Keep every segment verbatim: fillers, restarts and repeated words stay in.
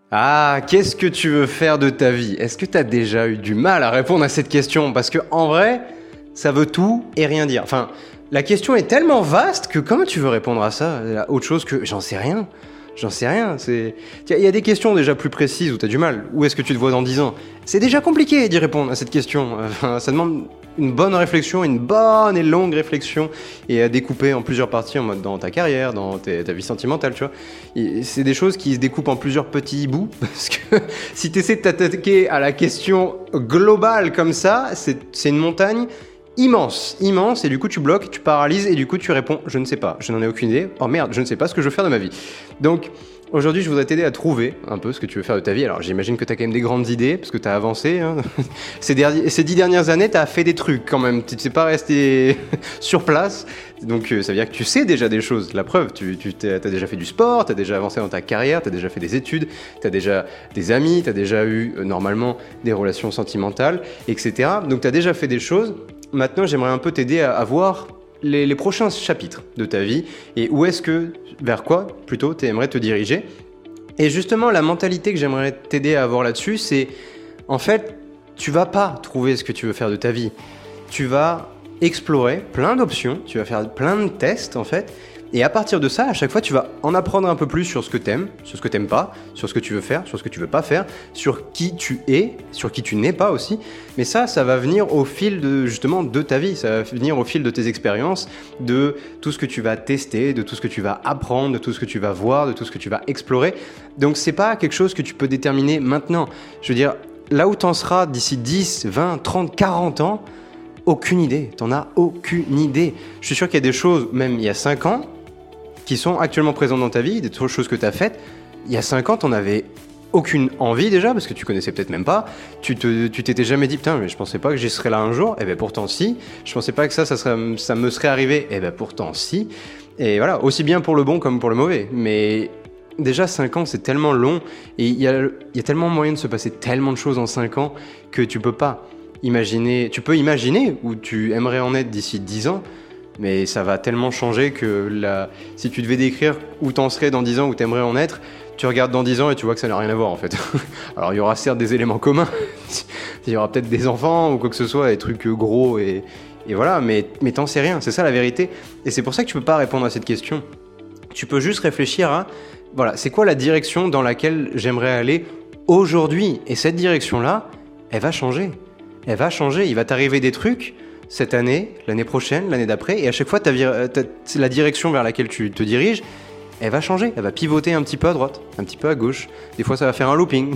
Ah, qu'est-ce que tu veux faire de ta vie? Est-ce que tu as déjà eu du mal à répondre à cette question? Parce que en vrai, ça veut tout et rien dire. Enfin, la question est tellement vaste que comment tu veux répondre à ça? Autre chose que j'en sais rien. J'en sais rien. C'est... Il y a des questions déjà plus précises où tu as du mal. Où est-ce que tu te vois dans dix ans? C'est déjà compliqué d'y répondre à cette question. Enfin, ça demande une bonne réflexion, une bonne et longue réflexion, et à découper en plusieurs parties, en mode dans ta carrière, dans tes, ta vie sentimentale, tu vois. Et c'est des choses qui se découpent en plusieurs petits bouts, parce que si tu essaies de t'attaquer à la question globale comme ça, c'est, c'est une montagne immense, immense, et du coup tu bloques, tu paralyses, et du coup tu réponds, je ne sais pas, je n'en ai aucune idée, oh merde, je ne sais pas ce que je veux faire de ma vie. Donc, aujourd'hui, je voudrais t'aider à trouver un peu ce que tu veux faire de ta vie. Alors, j'imagine que tu as quand même des grandes idées, parce que tu as avancé. Hein. Ces, derniers, ces dix dernières années, tu as fait des trucs quand même. Tu ne sais pas rester sur place. Donc, ça veut dire que tu sais déjà des choses. La preuve, tu, tu as déjà fait du sport, tu as déjà avancé dans ta carrière, tu as déjà fait des études, tu as déjà des amis, tu as déjà eu, euh, normalement, des relations sentimentales, et cetera. Donc, tu as déjà fait des choses. Maintenant, j'aimerais un peu t'aider à, à voir Les, les prochains chapitres de ta vie et où est-ce que, vers quoi plutôt, tu aimerais te diriger. Et justement, la mentalité que j'aimerais t'aider à avoir là-dessus, c'est en fait, tu vas pas trouver ce que tu veux faire de ta vie. Tu vas explorer plein d'options, tu vas faire plein de tests en fait. Et à partir de ça, à chaque fois, tu vas en apprendre un peu plus sur ce que t'aimes, sur ce que t'aimes pas, sur ce que tu veux faire, sur ce que tu veux pas faire, sur qui tu es, sur qui tu n'es pas aussi. Mais ça, ça va venir au fil de, justement, de ta vie. Ça va venir au fil de tes expériences, de tout ce que tu vas tester, de tout ce que tu vas apprendre, de tout ce que tu vas voir, de tout ce que tu vas explorer. Donc, c'est pas quelque chose que tu peux déterminer maintenant. Je veux dire, là où t'en seras d'ici dix, vingt, trente, quarante ans, aucune idée. T'en as aucune idée. Je suis sûr qu'il y a des choses, même il y a cinq ans, qui sont actuellement présentes dans ta vie, des choses que tu as faites. Il y a cinq ans, tu n'en avais aucune envie déjà, parce que tu connaissais peut-être même pas. Tu, te, tu t'étais jamais dit, putain, mais je pensais pas que j'y serais là un jour. Et bien pourtant, si. Je pensais pas que ça, ça, serait, ça me serait arrivé. Et bien pourtant, si. Et voilà, aussi bien pour le bon comme pour le mauvais. Mais déjà, cinq ans, c'est tellement long. Et il y a, il y a tellement moyen de se passer tellement de choses en cinq ans que tu peux pas imaginer. Tu peux imaginer où tu aimerais en être d'ici dix ans. Mais ça va tellement changer que la... si tu devais décrire où t'en serais dans dix ans, où t'aimerais en être, tu regardes dans dix ans et tu vois que ça n'a rien à voir en fait. Alors il y aura certes des éléments communs, il y aura peut-être des enfants ou quoi que ce soit, des trucs gros et, et voilà, mais, mais t'en sais rien, c'est ça la vérité. Et c'est pour ça que tu peux pas répondre à cette question. Tu peux juste réfléchir à, voilà, c'est quoi la direction dans laquelle j'aimerais aller aujourd'hui? Et cette direction-là, elle va changer. Elle va changer, il va t'arriver des trucs cette année, l'année prochaine, l'année d'après, et à chaque fois, ta, ta, la direction vers laquelle tu te diriges, elle va changer, elle va pivoter un petit peu à droite, un petit peu à gauche. Des fois, ça va faire un looping.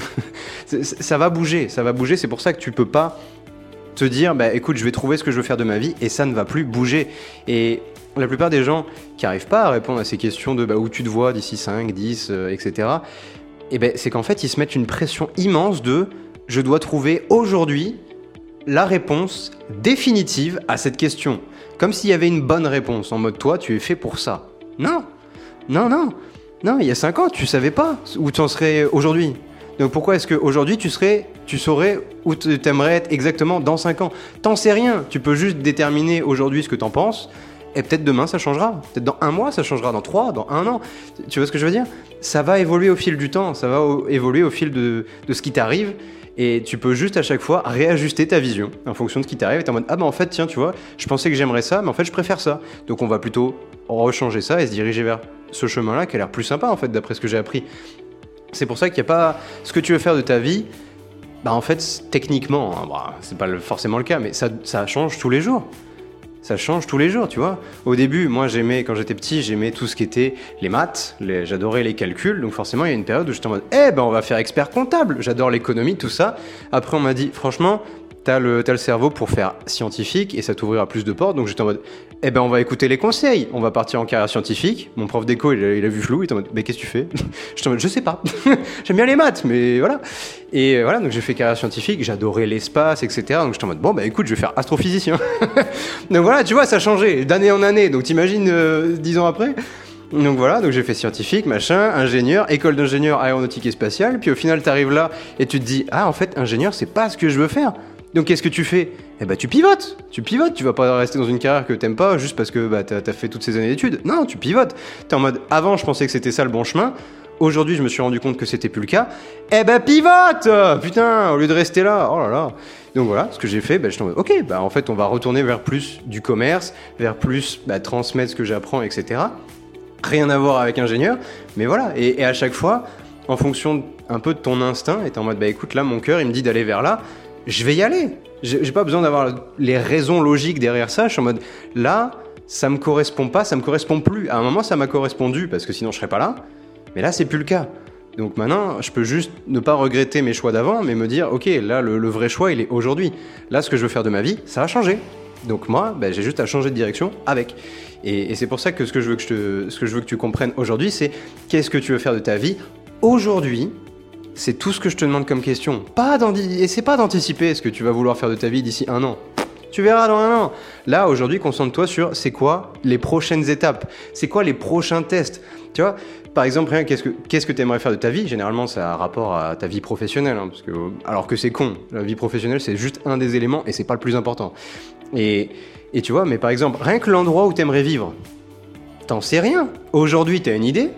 Ça va bouger, ça va bouger. C'est pour ça que tu peux pas te dire, bah écoute, je vais trouver ce que je veux faire de ma vie, et ça ne va plus bouger. Et la plupart des gens qui n'arrivent pas à répondre à ces questions de bah, où tu te vois d'ici cinq, dix, euh, et cetera, et ben, c'est qu'en fait, ils se mettent une pression immense de je dois trouver aujourd'hui la réponse définitive à cette question. Comme s'il y avait une bonne réponse, en mode toi, tu es fait pour ça. Non, non, non, non, il y a cinq ans, tu savais pas où tu en serais aujourd'hui. Donc pourquoi est-ce qu'aujourd'hui, tu serais, tu saurais où tu aimerais être exactement dans cinq ans? T'en sais rien, tu peux juste déterminer aujourd'hui ce que t'en penses, et peut-être demain ça changera, peut-être dans un mois ça changera, dans trois, dans un an. Tu vois ce que je veux dire? Ça va évoluer au fil du temps, ça va au- évoluer au fil de, de ce qui t'arrive. Et tu peux juste à chaque fois réajuster ta vision en fonction de ce qui t'arrive et t'es en mode ah bah en fait tiens tu vois je pensais que j'aimerais ça mais en fait je préfère ça, donc on va plutôt rechanger ça et se diriger vers ce chemin là qui a l'air plus sympa en fait d'après ce que j'ai appris. C'est pour ça qu'il n'y a pas ce que tu veux faire de ta vie, bah en fait techniquement hein, bah, c'est pas le, forcément le cas mais ça, ça change tous les jours. Ça change tous les jours, tu vois. Au début, moi, j'aimais, quand j'étais petit, j'aimais tout ce qui était les maths, les, j'adorais les calculs, donc forcément, il y a une période où j'étais en mode, eh ben, on va faire expert comptable, j'adore l'économie, tout ça. Après, on m'a dit, franchement, t'as le, t'as le cerveau pour faire scientifique et ça t'ouvrira plus de portes, donc j'étais en mode, eh ben, on va écouter les conseils, on va partir en carrière scientifique. Mon prof d'éco, il a, il a vu flou, il était en mode, mais qu'est-ce que tu fais? J'étais en mode, je sais pas, j'aime bien les maths, mais voilà. Et voilà, donc j'ai fait carrière scientifique, j'adorais l'espace, et cetera. Donc j'étais en mode, bon, bah écoute, je vais faire astrophysicien. Donc voilà, tu vois, ça a changé d'année en année. Donc t'imagines euh, dix ans après. Donc voilà, donc j'ai fait scientifique, machin, ingénieur, école d'ingénieur aéronautique et spatiale. Puis au final, t'arrives là et tu te dis, ah, en fait, ingénieur, c'est pas ce que je veux faire. Donc qu'est-ce que tu fais? Eh ben tu pivotes, tu pivotes, tu vas pas rester dans une carrière que t'aimes pas juste parce que bah, t'as, t'as fait toutes ces années d'études. Non, tu pivotes. T'es en mode, avant je pensais que c'était ça le bon chemin, Aujourd'hui, je me suis rendu compte que c'était plus le cas. Eh ben, pivote! Putain, au lieu de rester là, oh là là. Donc voilà, ce que j'ai fait, ben, je t'en ok, bah, en fait, on va retourner vers plus du commerce, vers plus bah, transmettre ce que j'apprends, et cetera. Rien à voir avec ingénieur, mais voilà. Et, et à chaque fois, en fonction un peu de ton instinct, et t'es en mode, bah écoute, là, mon cœur, il me dit d'aller vers là, je vais y aller. J'ai, j'ai pas besoin d'avoir les raisons logiques derrière ça. Je suis en mode, là, ça me correspond pas, ça me correspond plus. À un moment, ça m'a correspondu, parce que sinon, je serais pas là. Mais là, c'est plus le cas. Donc maintenant, je peux juste ne pas regretter mes choix d'avant, mais me dire, ok, là, le, le vrai choix, il est aujourd'hui. Là, ce que je veux faire de ma vie, ça a changé. Donc moi, ben, j'ai juste à changer de direction avec. Et, et c'est pour ça que ce que je veux que, je te, ce que je veux que tu comprennes aujourd'hui, c'est qu'est-ce que tu veux faire de ta vie aujourd'hui. C'est tout ce que je te demande comme question. Pas et c'est pas d'anticiper ce que tu vas vouloir faire de ta vie d'ici un an. Tu verras dans un an. Là, aujourd'hui, concentre-toi sur c'est quoi les prochaines étapes. C'est quoi les prochains tests. Tu vois, par exemple, rien, qu'est-ce que qu'est-ce que tu aimerais faire de ta vie? Généralement, ça a rapport à ta vie professionnelle. Hein, parce que, alors que c'est con. La vie professionnelle, c'est juste un des éléments et c'est pas le plus important. Et, et tu vois, mais par exemple, rien que l'endroit où tu aimerais vivre, t'en sais rien. Aujourd'hui, tu as une idée.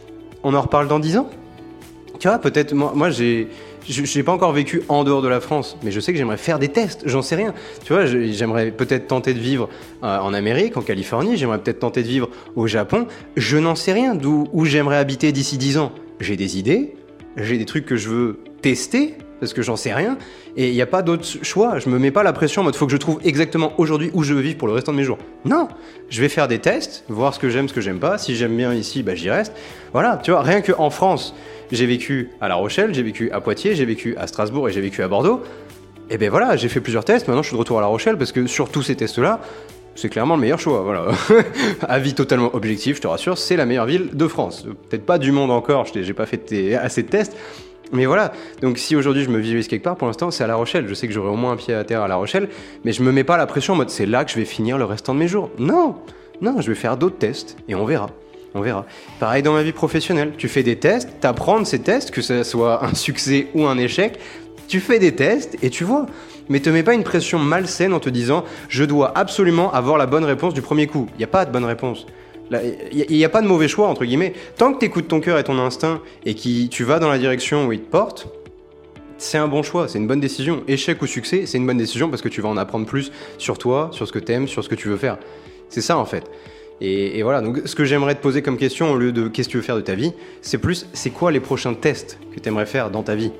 On en reparle dans dix ans. Tu vois, peut-être, moi, moi j'ai... Je n'ai pas encore vécu en dehors de la France, mais je sais que j'aimerais faire des tests, j'en sais rien. Tu vois, j'aimerais peut-être tenter de vivre euh, en Amérique, en Californie, j'aimerais peut-être tenter de vivre au Japon. Je n'en sais rien d'où où j'aimerais habiter d'ici dix ans. J'ai des idées, j'ai des trucs que je veux tester, parce que j'en sais rien, et il n'y a pas d'autre choix. Je me mets pas la pression en mode faut que je trouve exactement aujourd'hui où je veux vivre pour le restant de mes jours. Non, je vais faire des tests, voir ce que j'aime, ce que j'aime pas. Si j'aime bien ici, bah j'y reste. Voilà, tu vois, rien qu'en France, j'ai vécu à La Rochelle, j'ai vécu à Poitiers, j'ai vécu à Strasbourg et j'ai vécu à Bordeaux. Et ben voilà, j'ai fait plusieurs tests, maintenant je suis de retour à La Rochelle parce que sur tous ces tests-là, c'est clairement le meilleur choix, voilà. Avis totalement objectif, je te rassure, c'est la meilleure ville de France. Peut-être pas du monde encore, j'ai pas fait assez de tests, mais voilà. Donc si aujourd'hui je me visualise quelque part, pour l'instant c'est à La Rochelle. Je sais que j'aurai au moins un pied à terre à La Rochelle, mais je me mets pas la pression en mode c'est là que je vais finir le restant de mes jours. Non, non, je vais faire d'autres tests et on verra. On verra. Pareil dans ma vie professionnelle. Tu fais des tests, t'apprends de ces tests, que ce soit un succès ou un échec. Tu fais des tests et tu vois. Mais te mets pas une pression malsaine en te disant je dois absolument avoir la bonne réponse du premier coup. Il n'y a pas de bonne réponse. Il n'y a, a pas de mauvais choix, entre guillemets. Tant que tu écoutes ton cœur et ton instinct et que tu vas dans la direction où il te porte, c'est un bon choix, c'est une bonne décision. Échec ou succès, c'est une bonne décision parce que tu vas en apprendre plus sur toi, sur ce que tu aimes, sur ce que tu veux faire. C'est ça en fait. Et, et voilà, donc ce que j'aimerais te poser comme question au lieu de qu'est-ce que tu veux faire de ta vie, c'est plus c'est quoi les prochains tests que tu aimerais faire dans ta vie.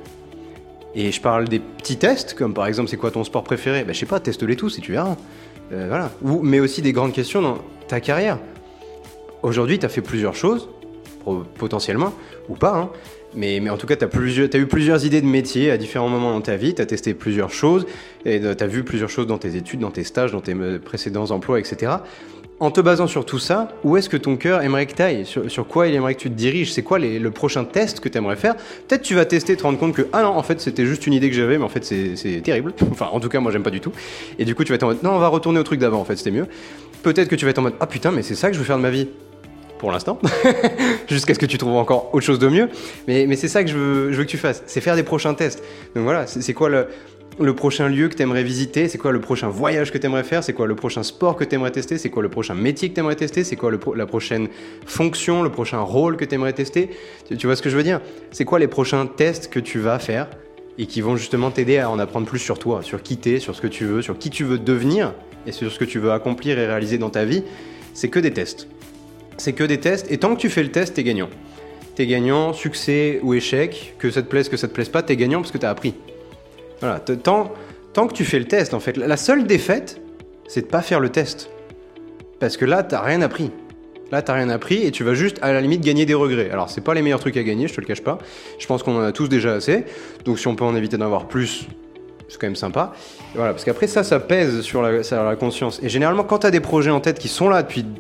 Et je parle des petits tests, comme par exemple c'est quoi ton sport préféré? Ben je sais pas, teste-les tous et tu verras. Euh, voilà. Ou, mais aussi des grandes questions dans ta carrière. Aujourd'hui, tu as fait plusieurs choses, potentiellement, ou pas, hein. Mais, mais en tout cas, tu as eu plusieurs idées de métier à différents moments dans ta vie, tu as testé plusieurs choses, et tu as vu plusieurs choses dans tes études, dans tes stages, dans tes précédents emplois, et cetera. En te basant sur tout ça, où est-ce que ton cœur aimerait que tu ailles? sur, sur quoi il aimerait que tu te diriges? C'est quoi les, le prochain test que tu aimerais faire? Peut-être tu vas tester, te rendre compte que ah non, en fait c'était juste une idée que j'avais, mais en fait c'est, c'est terrible. Enfin, en tout cas, moi j'aime pas du tout. Et du coup, tu vas être en mode non, on va retourner au truc d'avant, en fait c'était mieux. Peut-être que tu vas être en mode ah putain, mais c'est ça que je veux faire de ma vie. Pour l'instant, jusqu'à ce que tu trouves encore autre chose de mieux. Mais, mais c'est ça que je veux, je veux que tu fasses, c'est faire des prochains tests. Donc voilà, c'est, c'est quoi le, le prochain lieu que tu aimerais visiter? C'est quoi le prochain voyage que tu aimerais faire? C'est quoi le prochain sport que tu aimerais tester? C'est quoi le prochain métier que tu aimerais tester? C'est quoi le pro- la prochaine fonction, le prochain rôle que tu aimerais tester? tu, tu vois ce que je veux dire? C'est quoi les prochains tests que tu vas faire et qui vont justement t'aider à en apprendre plus sur toi, sur qui t'es, sur ce que tu veux, sur qui tu veux devenir et sur ce que tu veux accomplir et réaliser dans ta vie? C'est que des tests. C'est que des tests, et tant que tu fais le test, t'es gagnant. T'es gagnant, succès ou échec, que ça te plaise, que ça te plaise pas, t'es gagnant parce que t'as appris. Voilà, tant, tant que tu fais le test, en fait, la seule défaite, c'est de pas faire le test. Parce que là, t'as rien appris. Là, t'as rien appris et tu vas juste, à la limite, gagner des regrets. Alors, c'est pas les meilleurs trucs à gagner, je te le cache pas. Je pense qu'on en a tous déjà assez. Donc, si on peut en éviter d'en avoir plus, c'est quand même sympa. Et voilà, parce qu'après, ça, ça pèse sur la, sur la conscience. Et généralement, quand t'as des projets en tête qui sont là depuis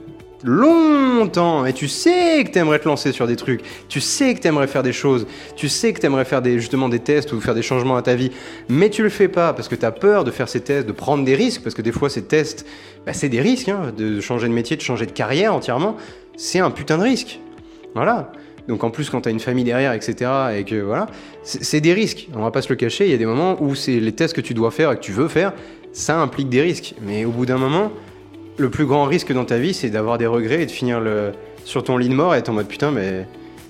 longtemps et tu sais que t'aimerais te lancer sur des trucs, tu sais que t'aimerais faire des choses, tu sais que t'aimerais faire des, justement des tests ou faire des changements à ta vie, mais tu le fais pas parce que t'as peur de faire ces tests, de prendre des risques, parce que des fois ces tests, bah, c'est des risques, hein, de changer de métier, de changer de carrière entièrement, c'est un putain de risque. Voilà. Donc en plus quand t'as une famille derrière, et cetera, et que voilà, c'est, c'est des risques. On va pas se le cacher, il y a des moments où c'est les tests que tu dois faire et que tu veux faire, ça implique des risques. Mais au bout d'un moment, le plus grand risque dans ta vie, c'est d'avoir des regrets et de finir le... sur ton lit de mort et être en mode putain, mais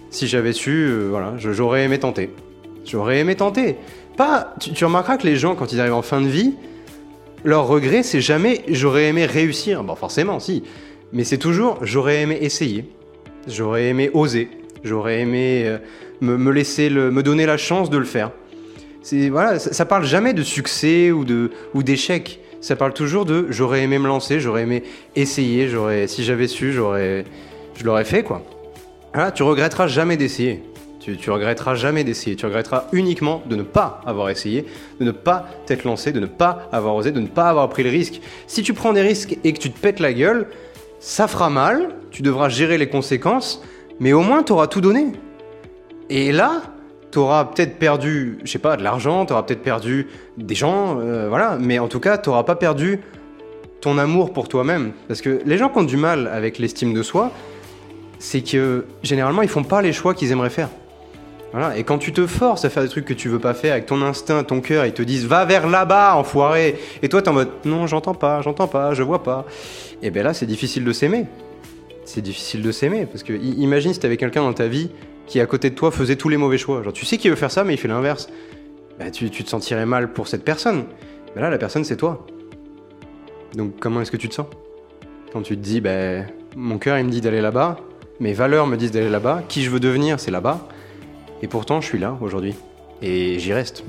Si j'avais su, euh, voilà, je- j'aurais aimé tenter. J'aurais aimé tenter. Pas, tu, tu remarqueras que les gens, quand ils arrivent en fin de vie, leur regret, c'est jamais j'aurais aimé réussir. Bon, forcément, si. Mais c'est toujours j'aurais aimé essayer. J'aurais aimé oser. J'aurais aimé euh, me, me laisser le, me donner la chance de le faire. C'est, voilà, ça, ça parle jamais de succès ou, de, ou d'échec. Ça parle toujours de j'aurais aimé me lancer, j'aurais aimé essayer, j'aurais, si j'avais su, j'aurais, je l'aurais fait, quoi. Voilà, tu regretteras jamais d'essayer. Tu, tu regretteras jamais d'essayer. Tu regretteras uniquement de ne pas avoir essayé, de ne pas t'être lancé, de ne pas avoir osé, de ne pas avoir pris le risque. Si tu prends des risques et que tu te pètes la gueule, ça fera mal, tu devras gérer les conséquences, mais au moins t'auras tout donné. Et là, t'auras peut-être perdu, je sais pas, de l'argent, t'auras peut-être perdu des gens, euh, voilà, mais en tout cas, t'auras pas perdu ton amour pour toi-même. Parce que les gens qui ont du mal avec l'estime de soi, c'est que généralement, ils font pas les choix qu'ils aimeraient faire. Voilà. Et quand tu te forces à faire des trucs que tu veux pas faire avec ton instinct, ton cœur, ils te disent va vers là-bas, enfoiré. Et toi, t'es en mode non, j'entends pas, j'entends pas, je vois pas. Et ben là, c'est difficile de s'aimer. C'est difficile de s'aimer parce que i- imagine si t'avais quelqu'un dans ta vie qui à côté de toi faisait tous les mauvais choix. Genre tu sais qu'il veut faire ça, mais il fait l'inverse. Bah, tu, tu te sentirais mal pour cette personne. Mais là, la personne, c'est toi. Donc comment est-ce que tu te sens quand tu te dis ben mon cœur il me dit d'aller là-bas, mes valeurs me disent d'aller là-bas, qui je veux devenir, c'est là-bas. Et pourtant, je suis là, aujourd'hui. Et j'y reste.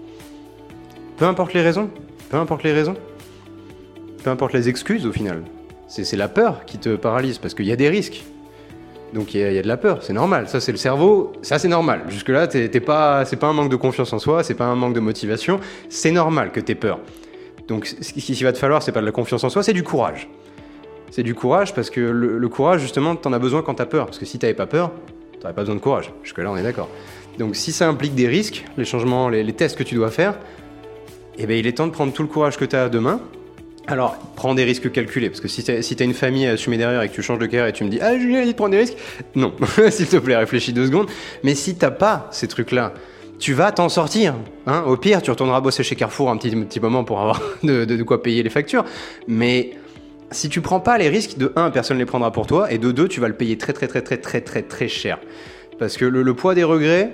Peu importe les raisons. Peu importe les raisons. Peu importe les excuses, au final. C'est, c'est la peur qui te paralyse, parce qu'il y a des risques. Donc il y, a- il y a de la peur, c'est normal. Ça, c'est le cerveau, ça, c'est normal. Jusque-là, t'es, t'es pas, c'est pas un manque de confiance en soi, c'est pas un manque de motivation. C'est normal que t'aies peur. Donc ce qu'il va te falloir, c'est pas de la confiance en soi, c'est du courage. C'est du courage, parce que le, le courage, justement, t'en as besoin quand t'as peur. Parce que si t'avais pas peur, t'aurais pas besoin de courage. Jusque-là, on est d'accord. Donc si ça implique des risques, les changements, les, les tests que tu dois faire, eh ben, il est temps de prendre tout le courage que tu as à deux mains. Alors, prends des risques calculés, parce que si tu si as une famille à assumer derrière et que tu changes de carrière et tu me dis « Ah, Julien, il dit de prendre des risques !» Non, s'il te plaît, réfléchis deux secondes. Mais si t'as pas ces trucs-là, tu vas t'en sortir. Hein. Au pire, tu retourneras bosser chez Carrefour un petit, petit moment pour avoir de, de, de quoi payer les factures. Mais si tu prends pas les risques, de un, personne ne les prendra pour toi, et de deux, tu vas le payer très très très très très très très cher. Parce que le, le poids des regrets,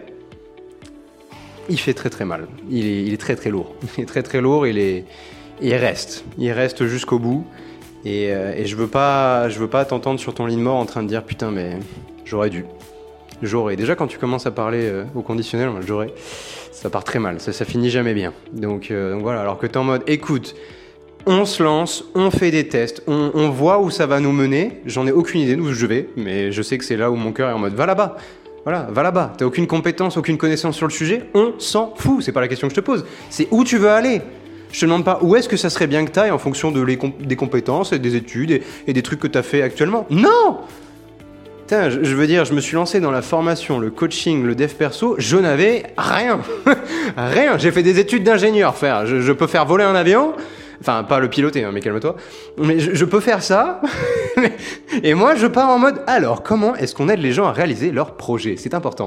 il fait très très mal. Il est, il est très très lourd. Il est très très lourd, il, est, il reste. Il reste jusqu'au bout. Et, euh, et je veux pas, je veux pas t'entendre sur ton lit de mort en train de dire putain mais j'aurais dû. J'aurais. Déjà quand tu commences à parler euh, au conditionnel, j'aurais, ça part très mal. Ça, ça finit jamais bien. Donc, euh, donc voilà, alors que t'es en mode écoute, on se lance, on fait des tests, on, on voit où ça va nous mener. J'en ai aucune idée d'où je vais, mais je sais que c'est là où mon cœur est en mode va là-bas. Voilà, va là-bas. T'as aucune compétence, aucune connaissance sur le sujet, on s'en fout. C'est pas la question que je te pose. C'est où tu veux aller. Je te demande pas où est-ce que ça serait bien que t'ailles en fonction de les comp- des compétences et des études et, et des trucs que t'as fait actuellement. Non! Putain, je, je veux dire, je me suis lancé dans la formation, le coaching, le dev perso, je n'avais rien. Rien. J'ai fait des études d'ingénieur, frère. Je, je peux faire voler un avion. Enfin, pas le piloter, hein, mais calme-toi. Mais je, je peux faire ça. Et moi, je pars en mode, alors, comment est-ce qu'on aide les gens à réaliser leurs projets ? C'est important.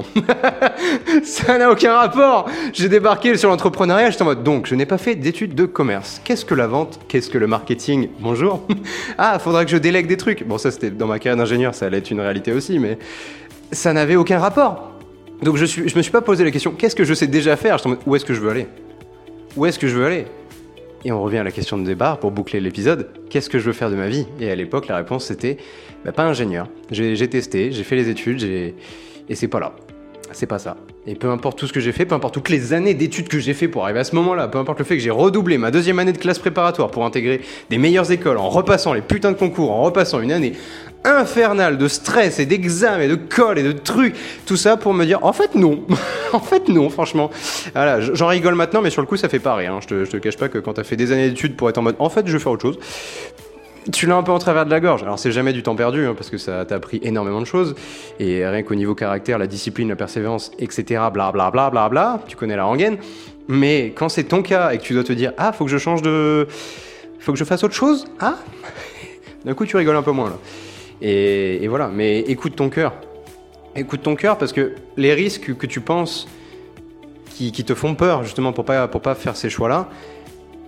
Ça n'a aucun rapport. J'ai débarqué sur l'entrepreneuriat, j'étais en mode, donc, je n'ai pas fait d'études de commerce. Qu'est-ce que la vente ? Qu'est-ce que le marketing ? Bonjour. Ah, faudra que je délègue des trucs. Bon, ça, c'était dans ma carrière d'ingénieur, ça allait être une réalité aussi, mais ça n'avait aucun rapport. Donc, je, suis, je me suis pas posé la question, qu'est-ce que je sais déjà faire ? J'étais en mode, où est-ce que je veux aller ? Où est-ce que je veux aller ? Et on revient à la question de départ pour boucler l'épisode. Qu'est-ce que je veux faire de ma vie ? Et à l'époque, la réponse c'était bah, pas ingénieur. J'ai, j'ai testé, j'ai fait les études, j'ai... et c'est pas là. C'est pas ça. Et peu importe tout ce que j'ai fait, peu importe toutes les années d'études que j'ai fait pour arriver à ce moment-là, peu importe le fait que j'ai redoublé ma deuxième année de classe préparatoire pour intégrer des meilleures écoles en repassant les putains de concours, en repassant une année infernale de stress et d'examens et de colle et de trucs, tout ça pour me dire en fait non, en fait non, franchement. Voilà, j'en rigole maintenant, mais sur le coup ça fait pas rire. Hein. Je, te, je te cache pas que quand t'as fait des années d'études pour être en mode en fait je vais faire autre chose, tu l'as un peu en travers de la gorge. Alors c'est jamais du temps perdu, hein, parce que ça t'a appris énormément de choses, et rien qu'au niveau caractère, la discipline, la persévérance, et cetera, blablabla, bla, bla, bla, bla, tu connais la rengaine. Mais quand c'est ton cas, et que tu dois te dire, ah, faut que je change de... Faut que je fasse autre chose ? Ah ? D'un coup, tu rigoles un peu moins, là. Et, et voilà, mais écoute ton cœur. Écoute ton cœur, parce que les risques que tu penses qui, qui te font peur, justement, pour pas, pour pas faire ces choix-là,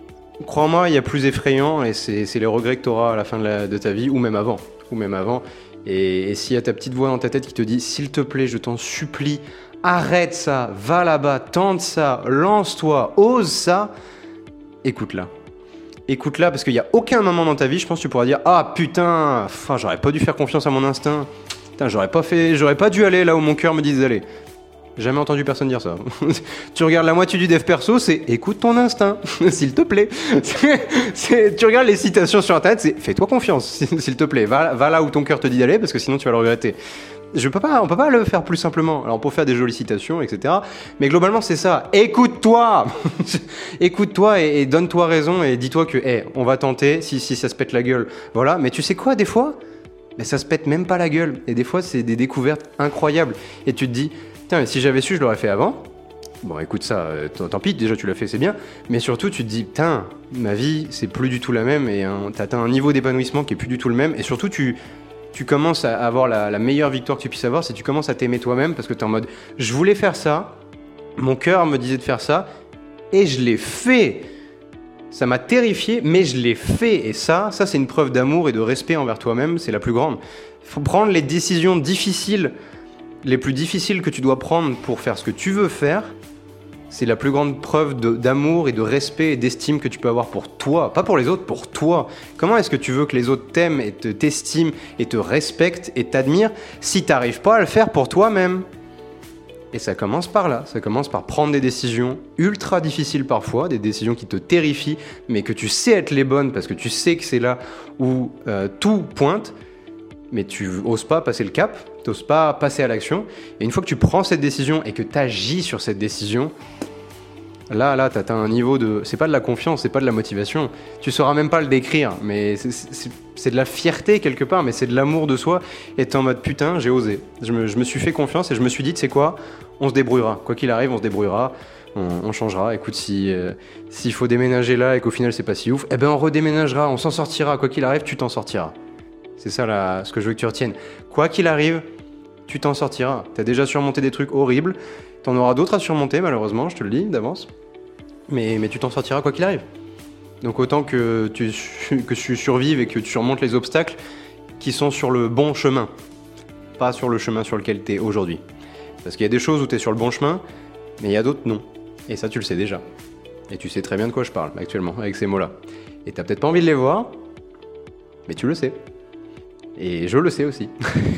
crois-moi, il y a plus effrayant, et c'est, c'est les regrets que tu auras à la fin de, la, de ta vie, ou même avant. Ou même avant. Et, et s'il y a ta petite voix dans ta tête qui te dit « S'il te plaît, je t'en supplie, arrête ça, va là-bas, tente ça, lance-toi, ose ça », écoute-la. Écoute-la parce qu'il n'y a aucun moment dans ta vie, je pense, que tu pourras dire « Ah putain, enfin, j'aurais pas dû faire confiance à mon instinct. Putain, j'aurais pas fait, j'aurais pas dû aller là où mon cœur me disait d'aller. » Jamais entendu personne dire ça. Tu regardes la moitié du dev perso, c'est « Écoute ton instinct, s'il te plaît. » c'est, Tu regardes les citations sur Internet, c'est « Fais-toi confiance, s'il te plaît. Va, va là où ton cœur te dit d'aller parce que sinon tu vas le regretter. » Je peux pas, on peut pas le faire plus simplement. Alors on peut faire des jolies citations, et cetera. Mais globalement c'est ça. Écoute-toi, écoute-toi et, et donne-toi raison et dis-toi que, hey, on va tenter. Si si ça se pète la gueule, voilà. Mais tu sais quoi, des fois, mais ça se pète même pas la gueule. Et des fois c'est des découvertes incroyables. Et tu te dis, tiens, mais si j'avais su, je l'aurais fait avant. Bon, écoute ça, euh, tant pis. Déjà tu l'as fait, c'est bien. Mais surtout tu te dis, putain, ma vie c'est plus du tout la même et hein, t'as atteint un niveau d'épanouissement qui est plus du tout le même. Et surtout tu tu commences à avoir la, la meilleure victoire que tu puisses avoir, c'est que tu commences à t'aimer toi-même parce que tu es en mode je voulais faire ça, mon cœur me disait de faire ça et je l'ai fait. Ça m'a terrifié, mais je l'ai fait. Et ça, ça c'est une preuve d'amour et de respect envers toi-même, c'est la plus grande. Il faut prendre les décisions difficiles, les plus difficiles que tu dois prendre pour faire ce que tu veux faire. C'est la plus grande preuve de, d'amour et de respect et d'estime que tu peux avoir pour toi. Pas pour les autres, pour toi. Comment est-ce que tu veux que les autres t'aiment et te, t'estiment et te respectent et t'admirent si tu n'arrives pas à le faire pour toi-même ? Et ça commence par là. Ça commence par prendre des décisions ultra difficiles parfois, des décisions qui te terrifient, mais que tu sais être les bonnes parce que tu sais que c'est là où euh, tout pointe. Mais tu oses pas passer le cap, tu oses pas passer à l'action. Et une fois que tu prends cette décision et que tu agis sur cette décision, là, là, tu atteins un niveau de... C'est pas de la confiance, c'est pas de la motivation. Tu sauras même pas le décrire, mais c'est, c'est, c'est de la fierté quelque part, mais c'est de l'amour de soi. Et t'es en mode, putain, j'ai osé. Je me, je me suis fait confiance et je me suis dit, tu sais quoi, on se débrouillera. Quoi qu'il arrive, on se débrouillera. On, on changera. Écoute, si, euh, s'il faut déménager là et qu'au final c'est pas si ouf, eh ben on redéménagera, on s'en sortira. Quoi qu'il arrive, tu t'en sortiras. C'est ça là, ce que je veux que tu retiennes. Quoi qu'il arrive, tu t'en sortiras. T'as déjà surmonté des trucs horribles. T'en auras d'autres à surmonter, malheureusement, je te le dis d'avance. Mais, mais tu t'en sortiras quoi qu'il arrive. Donc autant que tu, que tu survives et que tu surmontes les obstacles qui sont sur le bon chemin. Pas sur le chemin sur lequel t'es aujourd'hui. Parce qu'il y a des choses où t'es sur le bon chemin, mais il y a d'autres non. Et ça, tu le sais déjà. Et tu sais très bien de quoi je parle actuellement, avec ces mots-là. Et t'as peut-être pas envie de les voir, mais tu le sais. Et je le sais aussi.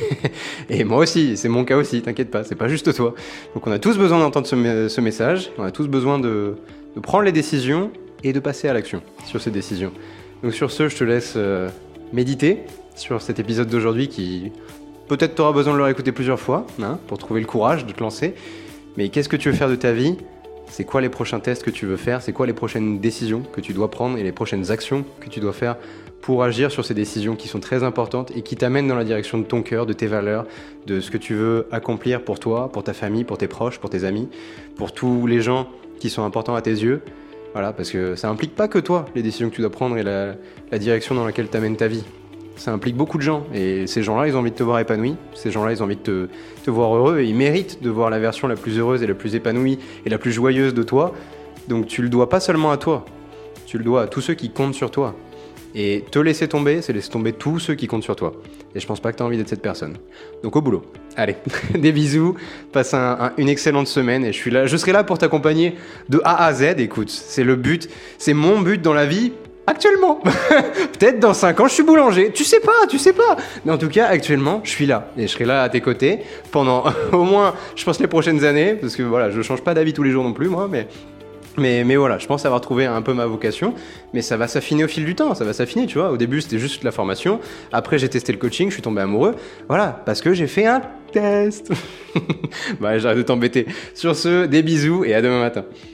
Et moi aussi, c'est mon cas aussi, t'inquiète pas, c'est pas juste toi. Donc on a tous besoin d'entendre ce, ce message, on a tous besoin de, de prendre les décisions et de passer à l'action sur ces décisions. Donc sur ce, je te laisse euh, méditer sur cet épisode d'aujourd'hui qui peut-être t'auras besoin de le réécouter plusieurs fois hein, pour trouver le courage de te lancer. Mais qu'est-ce que tu veux faire de ta vie ? C'est quoi les prochains tests que tu veux faire ? C'est quoi les prochaines décisions que tu dois prendre et les prochaines actions que tu dois faire pour agir sur ces décisions qui sont très importantes et qui t'amènent dans la direction de ton cœur, de tes valeurs, de ce que tu veux accomplir pour toi, pour ta famille, pour tes proches, pour tes amis, pour tous les gens qui sont importants à tes yeux. Voilà, parce que ça implique pas que toi, les décisions que tu dois prendre et la, la direction dans laquelle t'amènes ta vie. Ça implique beaucoup de gens et ces gens-là, ils ont envie de te voir épanoui, ces gens-là, ils ont envie de te, te voir heureux et ils méritent de voir la version la plus heureuse et la plus épanouie et la plus joyeuse de toi. Donc tu le dois pas seulement à toi, tu le dois à tous ceux qui comptent sur toi. Et te laisser tomber, c'est laisser tomber tous ceux qui comptent sur toi. Et je pense pas que tu as envie d'être cette personne. Donc au boulot. Allez, des bisous, passe un, un, une excellente semaine et je suis là, je serai là pour t'accompagner de A à Z. Écoute, c'est le but, c'est mon but dans la vie actuellement. Peut-être dans cinq ans, je suis boulanger. Tu sais pas, tu sais pas. Mais en tout cas, actuellement, je suis là et je serai là à tes côtés pendant au moins, je pense, les prochaines années, parce que voilà, je change pas d'avis tous les jours non plus, moi, mais. Mais, mais voilà, je pense avoir trouvé un peu ma vocation, mais ça va s'affiner au fil du temps, ça va s'affiner, tu vois. Au début, c'était juste la formation, après j'ai testé le coaching, je suis tombé amoureux, voilà, parce que j'ai fait un test. Bah, j'arrête de t'embêter. Sur ce, des bisous et à demain matin.